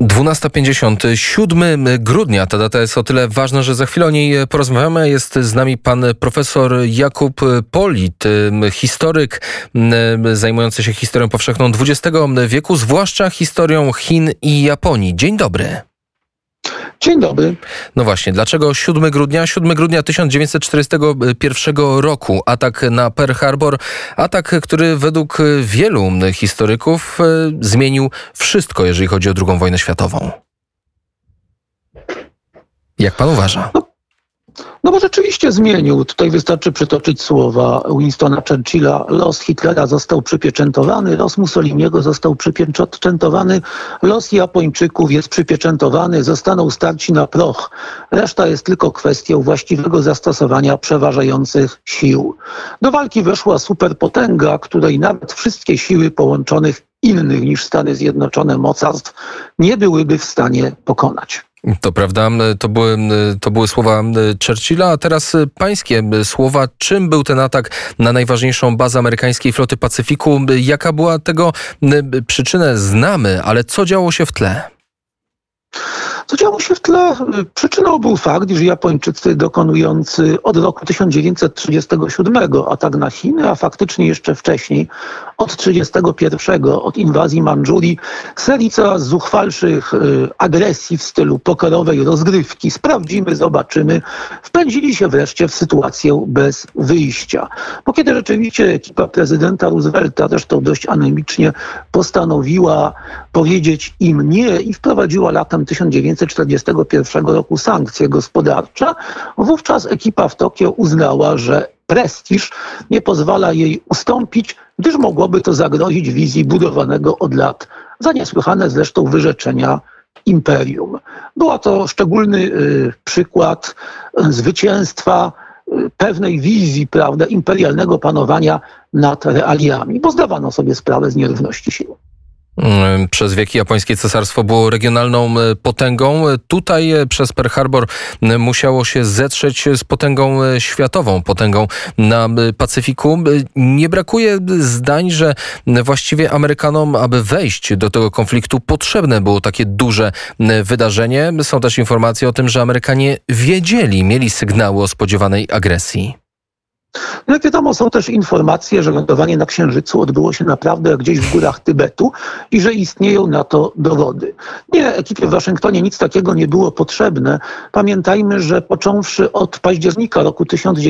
12:57 grudnia. Ta data jest o tyle ważna, że za chwilę o niej porozmawiamy. Jest z nami pan profesor Jakub Pollit, historyk zajmujący się historią powszechną XX wieku, zwłaszcza historią Chin i Japonii. Dzień dobry. Dzień dobry. No właśnie, dlaczego 7 grudnia? 7 grudnia 1941 roku. Atak na Pearl Harbor. Atak, który według wielu historyków zmienił wszystko, jeżeli chodzi o II wojnę światową. Jak pan uważa? No bo rzeczywiście zmienił. Tutaj wystarczy przytoczyć słowa Winstona Churchilla. Los Hitlera został przypieczętowany, los Mussoliniego został przypieczętowany, los Japończyków jest przypieczętowany, zostaną starci na proch. Reszta jest tylko kwestią właściwego zastosowania przeważających sił. Do walki weszła superpotęga, której nawet wszystkie siły połączonych innych niż Stany Zjednoczone mocarstw nie byłyby w stanie pokonać. To prawda, to były słowa Churchilla, a teraz pańskie słowa. Czym był ten atak na najważniejszą bazę amerykańskiej floty Pacyfiku? Jaka była tego przyczynę? Znamy, ale co działo się w tle? Co działo się w tle? Przyczyną był fakt, że Japończycy dokonujący od roku 1937 atak na Chiny, a faktycznie jeszcze wcześniej, od 1931, od inwazji Mandżurii, serii coraz zuchwalszych agresji w stylu pokerowej rozgrywki, sprawdzimy, zobaczymy, wpędzili się wreszcie w sytuację bez wyjścia. Bo kiedy rzeczywiście ekipa prezydenta Roosevelta, zresztą dość anemicznie, postanowiła powiedzieć im nie i wprowadziła latem 1941 roku sankcje gospodarcze, wówczas ekipa w Tokio uznała, że prestiż nie pozwala jej ustąpić, gdyż mogłoby to zagrozić wizji budowanego od lat za niesłychane zresztą wyrzeczenia imperium. Była to szczególny przykład zwycięstwa pewnej wizji, prawda, imperialnego panowania nad realiami, bo zdawano sobie sprawę z nierówności sił. Przez wieki japońskie cesarstwo było regionalną potęgą. Tutaj przez Pearl Harbor musiało się zetrzeć z potęgą światową, potęgą na Pacyfiku. Nie brakuje zdań, że właściwie Amerykanom, aby wejść do tego konfliktu, potrzebne było takie duże wydarzenie. Są też informacje o tym, że Amerykanie mieli sygnały o spodziewanej agresji. No jak wiadomo, są też informacje, że lądowanie na Księżycu odbyło się naprawdę gdzieś w górach Tybetu i że istnieją na to dowody. Nie, ekipie w Waszyngtonie nic takiego nie było potrzebne. Pamiętajmy, że począwszy od października roku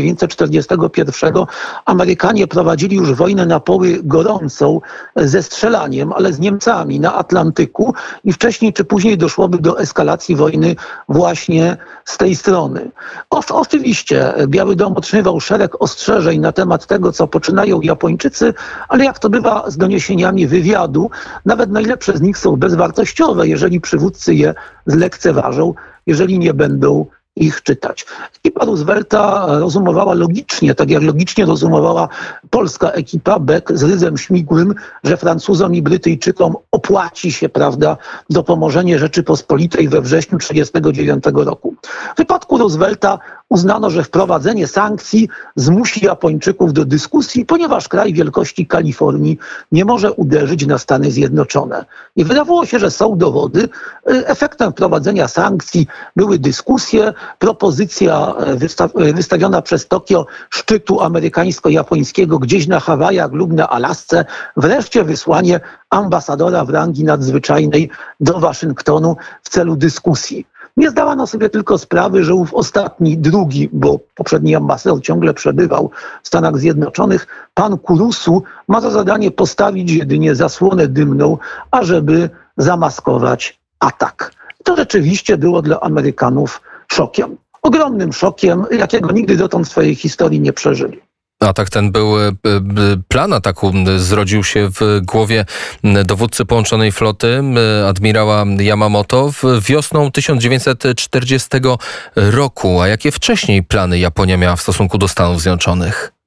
1941 Amerykanie prowadzili już wojnę na poły gorącą ze strzelaniem, ale z Niemcami na Atlantyku i wcześniej czy później doszłoby do eskalacji wojny właśnie z tej strony. Oczywiście Biały Dom otrzymywał szereg ostrzeżeń na temat tego, co poczynają Japończycy, ale jak to bywa z doniesieniami wywiadu, nawet najlepsze z nich są bezwartościowe, jeżeli przywódcy je zlekceważą, jeżeli nie będą ich czytać. Ekipa Roosevelta rozumowała logicznie, tak jak logicznie rozumowała polska ekipa Beck z ryzem śmigłym, że Francuzom i Brytyjczykom opłaci się, prawda, dopomożenie Rzeczypospolitej we wrześniu 1939 roku. W wypadku Roosevelta uznano, że wprowadzenie sankcji zmusi Japończyków do dyskusji, ponieważ kraj wielkości Kalifornii nie może uderzyć na Stany Zjednoczone. I wydawało się, że są dowody. Efektem wprowadzenia sankcji były dyskusje, propozycja wystawiona przez Tokio szczytu amerykańsko-japońskiego gdzieś na Hawajach lub na Alasce, wreszcie wysłanie ambasadora w rangi nadzwyczajnej do Waszyngtonu w celu dyskusji. Nie zdawano sobie tylko sprawy, że ów ostatni, drugi, bo poprzedni ambasador ciągle przebywał w Stanach Zjednoczonych, pan Kurusu ma za zadanie postawić jedynie zasłonę dymną, ażeby zamaskować atak. To rzeczywiście było dla Amerykanów szokiem. Ogromnym szokiem, jakiego nigdy dotąd w swojej historii nie przeżyli. Atak ten plan ataku zrodził się w głowie dowódcy połączonej floty, admirała Yamamoto, wiosną 1940 roku. A jakie wcześniej plany Japonia miała w stosunku do Stanów Zjednoczonych?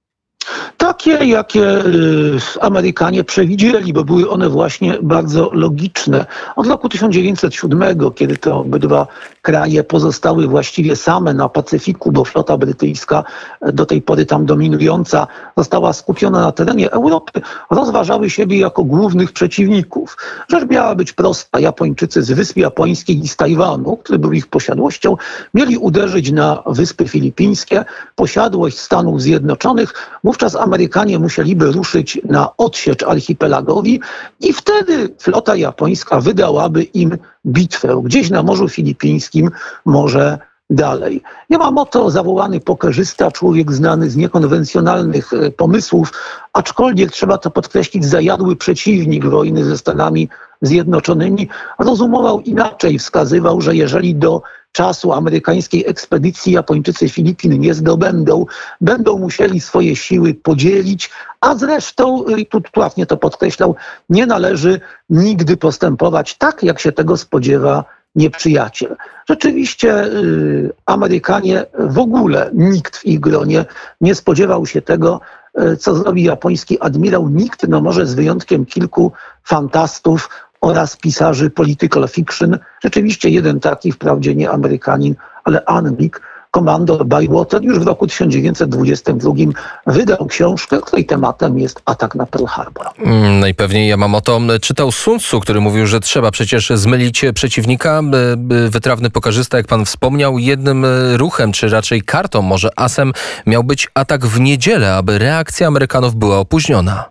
Takie, jakie Amerykanie przewidzieli, bo były one właśnie bardzo logiczne. Od roku 1907, kiedy te obydwa kraje pozostały właściwie same na Pacyfiku, bo flota brytyjska, do tej pory tam dominująca, została skupiona na terenie Europy, rozważały siebie jako głównych przeciwników. Rzecz miała być prosta. Japończycy z Wysp Japońskich i z Tajwanu, który był ich posiadłością, mieli uderzyć na Wyspy Filipińskie, posiadłość Stanów Zjednoczonych. Wówczas Amerykanie musieliby ruszyć na odsiecz archipelagowi i wtedy flota japońska wydałaby im bitwę gdzieś na Morzu Filipińskim, może dalej. Yamamoto, zawołany pokerzysta, człowiek znany z niekonwencjonalnych pomysłów, aczkolwiek trzeba to podkreślić, zajadły przeciwnik wojny ze Stanami Zjednoczonymi, rozumował inaczej, wskazywał, że jeżeli do czasu amerykańskiej ekspedycji Japończycy Filipin nie zdobędą, będą musieli swoje siły podzielić, a zresztą, i tu trafnie to podkreślał, nie należy nigdy postępować tak, jak się tego spodziewa nieprzyjaciel. Rzeczywiście Amerykanie, w ogóle nikt w ich gronie nie spodziewał się tego, co zrobi japoński admirał. Nikt, no może z wyjątkiem kilku fantastów oraz pisarzy political fiction. Rzeczywiście jeden taki, wprawdzie nie Amerykanin, ale Anglik, komandor Bywater, już w roku 1922 wydał książkę, której tematem jest atak na Pearl Harbor. Najpewniej Yamamoto czytał Sun Tzu, który mówił, że trzeba przecież zmylić przeciwnika. Wytrawny pokerzysta, jak pan wspomniał, jednym ruchem, czy raczej kartą, może asem, miał być atak w niedzielę, aby reakcja Amerykanów była opóźniona.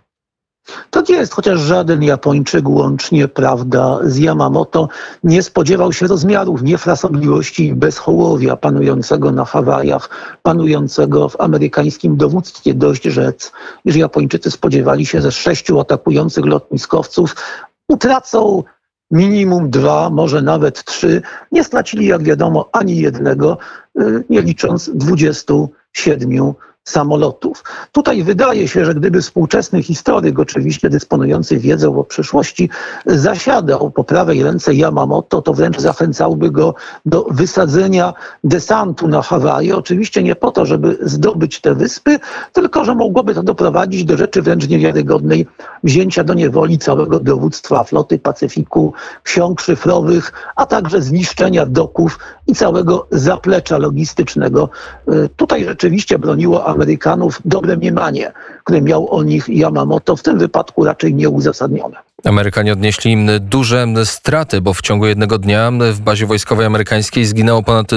To nie jest, chociaż żaden Japończyk, łącznie, prawda, z Yamamoto, nie spodziewał się rozmiarów niefrasobliwości i bezhołowia panującego na Hawajach, panującego w amerykańskim dowództwie. Dość rzec, iż Japończycy spodziewali się, że 6 atakujących lotniskowców utracą minimum 2, może nawet 3. Nie stracili, jak wiadomo, ani jednego, nie licząc 27 samolotów. Tutaj wydaje się, że gdyby współczesny historyk, oczywiście dysponujący wiedzą o przyszłości, zasiadał po prawej ręce Yamamoto, to wręcz zachęcałby go do wysadzenia desantu na Hawaje. Oczywiście nie po to, żeby zdobyć te wyspy, tylko że mogłoby to doprowadzić do rzeczy wręcz niewiarygodnej, wzięcia do niewoli całego dowództwa floty Pacyfiku, ksiąg szyfrowych, a także zniszczenia doków i całego zaplecza logistycznego. Tutaj rzeczywiście broniło Amerykanów dobre mniemanie, które miał o nich Yamamoto, w tym wypadku raczej nieuzasadnione. Amerykanie odnieśli duże straty, bo w ciągu jednego dnia w bazie wojskowej amerykańskiej zginęło ponad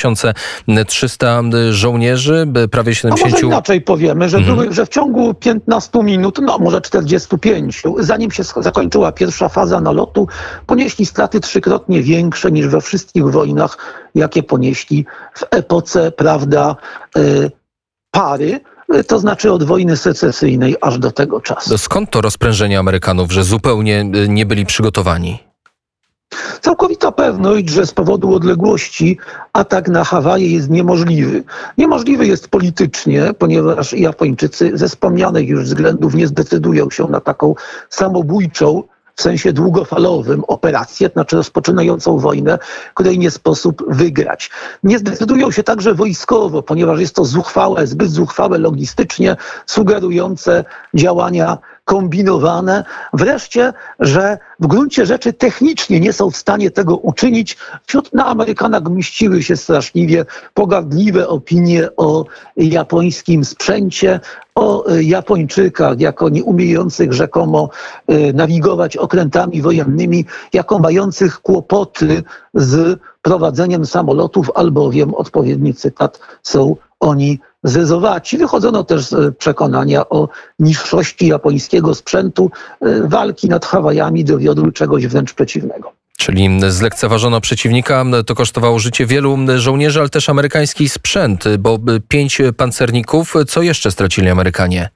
2300 żołnierzy, prawie 70... A może inaczej powiemy, że w ciągu 15 minut, no może 45, zanim się zakończyła pierwsza faza nalotu, ponieśli straty 3-krotnie większe niż we wszystkich wojnach, jakie ponieśli w epoce, prawda, pary, to znaczy od wojny secesyjnej aż do tego czasu. Skąd to rozprężenie Amerykanów, że zupełnie nie byli przygotowani? Całkowita pewność, że z powodu odległości atak na Hawaje jest niemożliwy. Niemożliwy jest politycznie, ponieważ Japończycy ze wspomnianych już względów nie zdecydują się na taką samobójczą, w sensie długofalowym, operację, to znaczy rozpoczynającą wojnę, której nie sposób wygrać. Nie zdecydują się także wojskowo, ponieważ jest to zuchwałe, zbyt zuchwałe logistycznie, sugerujące działania kombinowane. Wreszcie, że w gruncie rzeczy technicznie nie są w stanie tego uczynić. Na Amerykanach mściły się straszliwie pogardliwe opinie o japońskim sprzęcie, o Japończykach jako nieumiejących rzekomo nawigować okrętami wojennymi, jako mających kłopoty z prowadzeniem samolotów, albowiem, odpowiedni cytat, są oni zezowaci. Wychodzono też z przekonania o niższości japońskiego sprzętu. Walki nad Hawajami dowiodły czegoś wręcz przeciwnego. Czyli zlekceważono przeciwnika, to kosztowało życie wielu żołnierzy, ale też amerykański sprzęt, bo 5 pancerników. Co jeszcze stracili Amerykanie?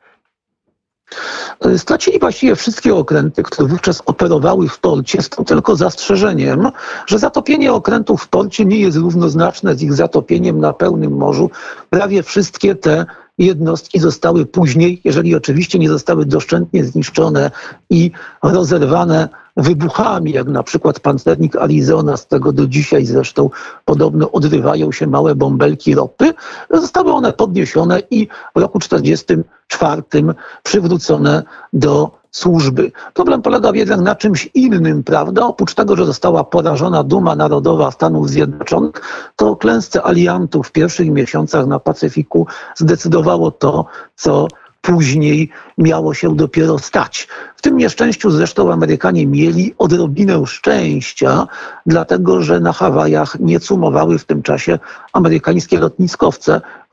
Stracili właściwie wszystkie okręty, które wówczas operowały w porcie, z tym tylko zastrzeżeniem, że zatopienie okrętów w porcie nie jest równoznaczne z ich zatopieniem na pełnym morzu. Prawie wszystkie te jednostki zostały później, jeżeli oczywiście nie zostały doszczętnie zniszczone i rozerwane wybuchami, jak na przykład pancernik Arizona, z tego do dzisiaj zresztą podobno odrywają się małe bąbelki ropy, zostały one podniesione i w roku 1944 przywrócone do służby. Problem polega jednak na czymś innym, prawda? Oprócz tego, że została porażona duma narodowa Stanów Zjednoczonych, to o klęsce aliantów w pierwszych miesiącach na Pacyfiku zdecydowało to, co później miało się dopiero stać. W tym nieszczęściu zresztą Amerykanie mieli odrobinę szczęścia, dlatego że na Hawajach nie cumowały w tym czasie amerykańskie lotniskowce,